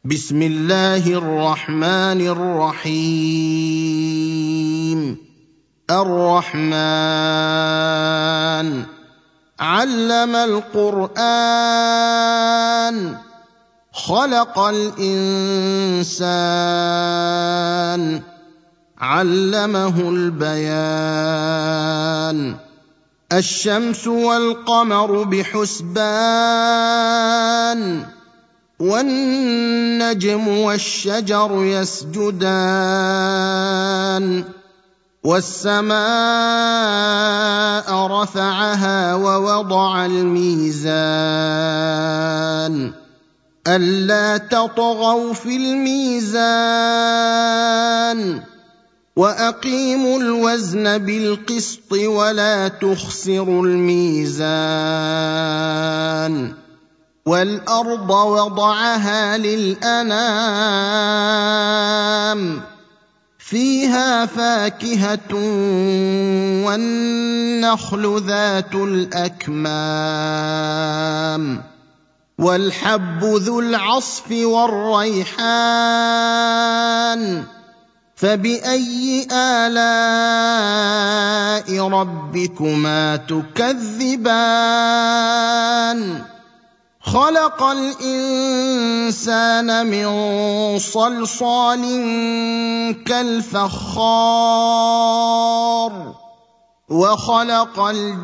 بسم الله الرحمن الرحيم. الرحمن علم القرآن خلق الإنسان علمه البيان الشمس والقمر بحسبان والنجم والشجر يسجدان والسماء رفعها ووضع الميزان ألا تطغوا في الميزان وأقيموا الوزن بالقسط ولا تخسروا الميزان والأرض وضعها للأنام فيها فاكهة والنخل ذات الأكمام والحب ذو العصف والريحان فبأي آلاء ربكما تكذبان خلق الإنسان من صلصال كالفخار وخلق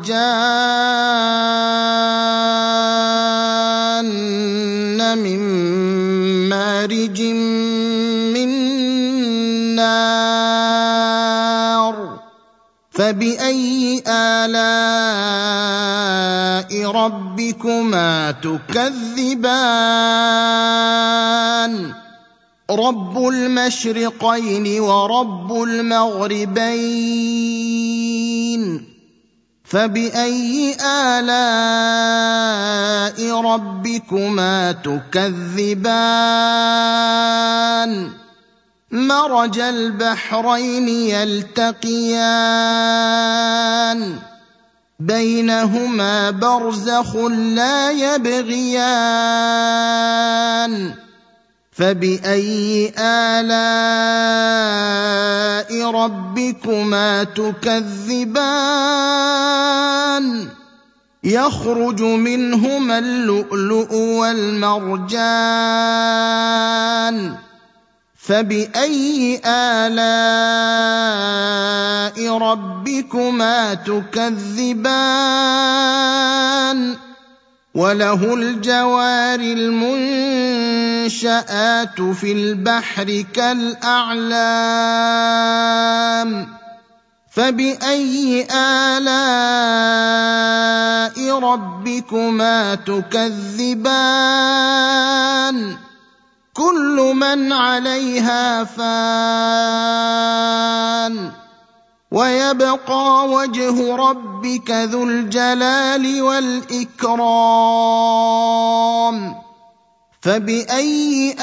الجان من مارج من نار فبأي آلاء ربكما تكذبان رب المشرقين ورب المغربين فبأي آلاء ربكما تكذبان مرج البحرين يلتقيان بينهما برزخ لا يبغيان فبأي آلاء ربكما تكذبان يخرج منهما اللؤلؤ والمرجان فبأي آلاء ربكما تكذبان وله الجوار المنشآت في البحر كالأعلام فبأي آلاء ربكما تكذبان كل من عليها فان ويبقى وجه ربك ذو الجلال والإكرام فبأي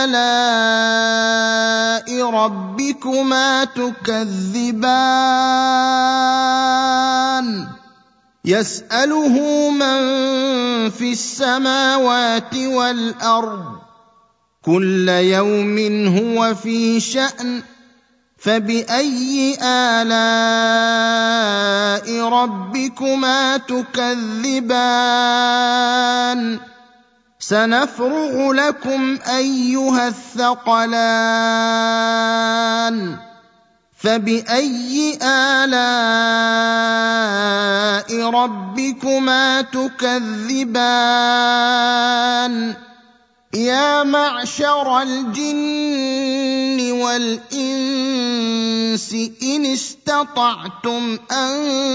آلاء ربكما تكذبان يسأله من في السماوات والأرض كل يوم هو في شأن فبأي آلاء ربكما تكذبان سنفرغ لكم أيها الثقلان فبأي آلاء ربكما تكذبان يا معشر الجن والإنس إن استطعتم أن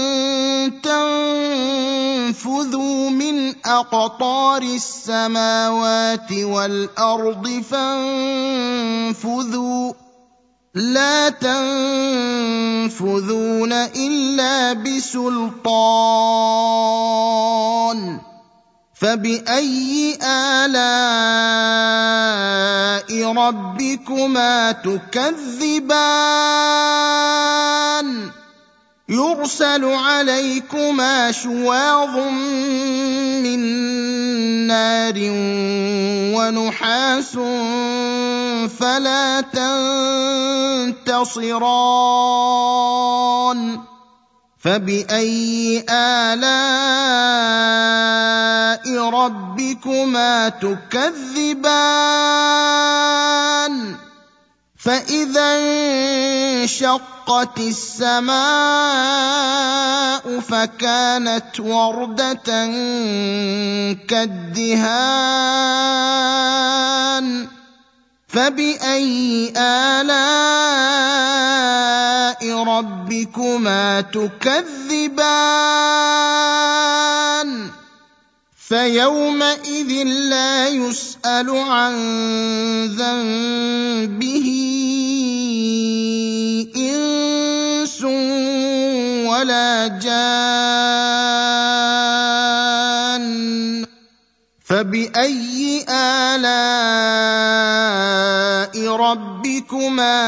تنفذوا من أقطار السماوات والأرض فانفذوا لا تنفذون إلا بسلطان فبأي آلاء ربكما تكذبان يرسل عليكما شواظ من نار ونحاس فلا تنتصران فبأي آلاء ربكما تكذبان فإذا انشقت السماء فكانت وردة كالدهان فبأي آلاء ربكما تكذبان فيومئذ لا يسأل عن ذنبه إنس ولا جان فبأي آلاء ربكما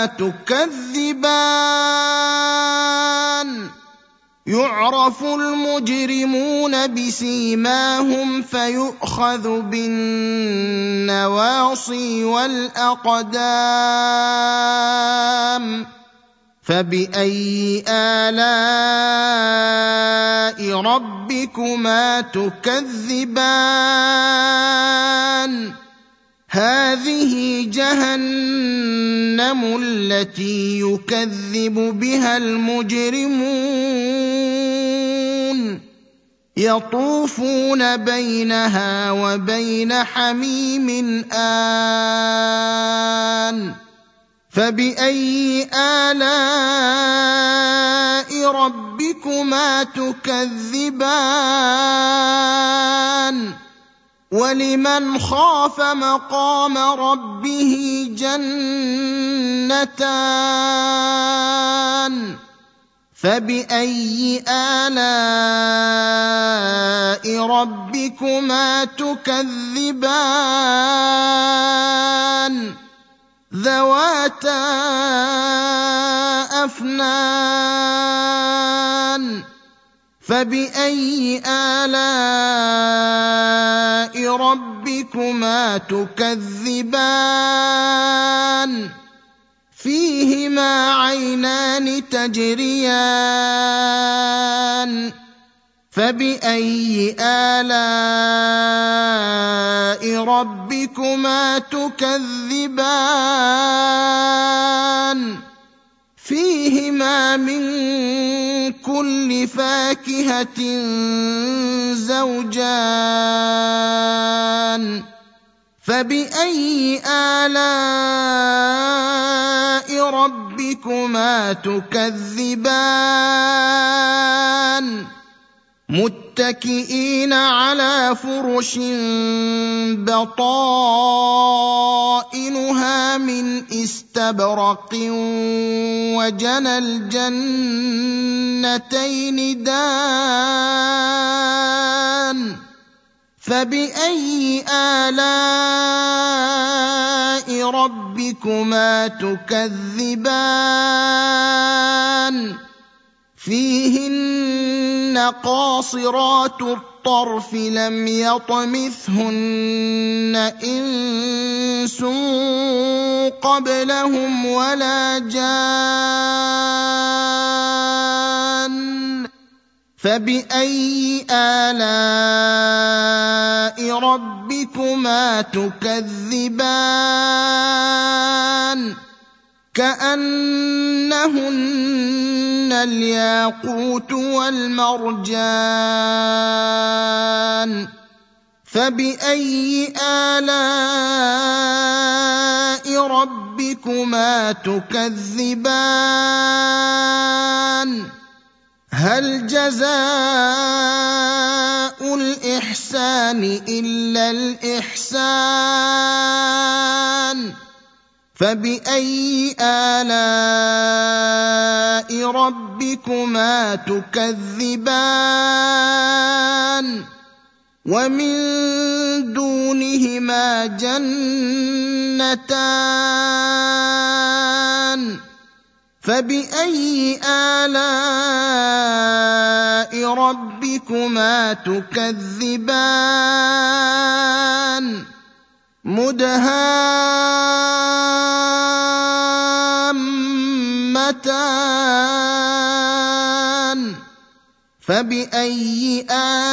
تكذبان يعرف المجرمون بسيماهم فيؤخذ بالنواصي والأقدام فبأي آلاء ربكما تكذبان هذه جهنم التي يكذب بها المجرمون يطوفون بينها وبين حميم آن فبأي آلاء ربكما تكذبان ولمن خاف مقام ربه جنتان فبأي آلاء ربكما تكذبان ذواتا أفنان فبأي آلاء ربكما تكذبان فيهما عينان تجريان فبأي آلاء ربكما تكذبان فيهما من كل فاكهة زوجان فبأي آلاء ربكما تكذبان متكئين على فرش بطائنها من استبرق وجنى الجنتين دان فبأي آلاء ربكما تكذبان فيهن قاصرات الطرف لم يطمثهن إنس قبلهم ولا جان فبأي آلاء ربكما تكذبان كأنهن الياقوت والمرجان فبأي آلاء ربكما تكذبان هل جزاء الإحسان إلا الإحسان فبأي آلاء ربكما تكذبان ومن دونهما جنتان فبأي آلاء ربكما تكذبان مدهامتان فبأي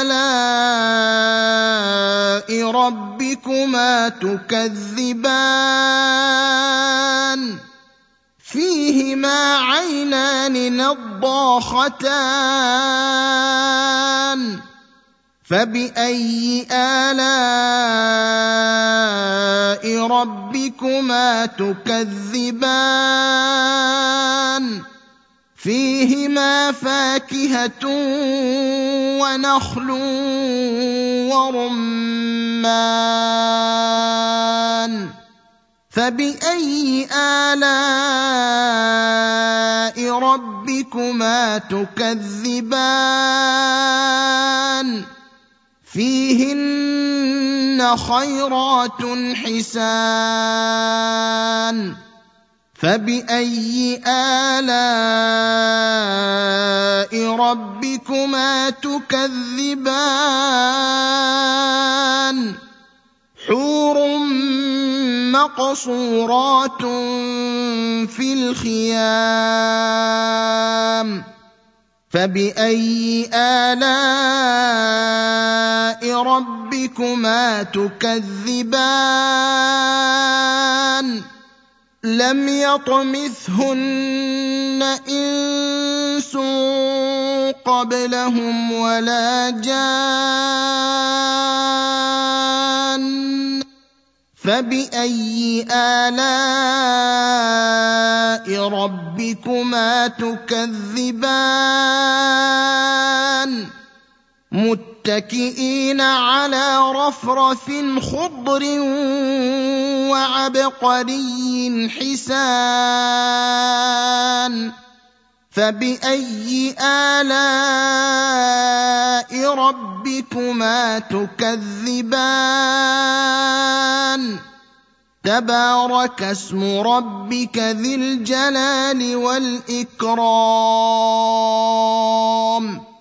آلاء ربكما تكذبان فيهما عينان نضاختان فبأي آلاء ربكما تكذبان فيهما فاكهة ونخل ورمان فبأي آلاء ربكما تكذبان فيهن خيرات حسان فبأي آلاء ربكما تكذبان حور مقصورات في الخيام فبأي آلاء ربكما تكذبان لم يطمثهن إنس قبلهم ولا جان فبأي آلاء ربكما تكذبان متكئين على رفرف خضر وعبقري حسان فبأي آلاء ربكما تكذبان تبارك اسم ربك ذي الجلال والإكرام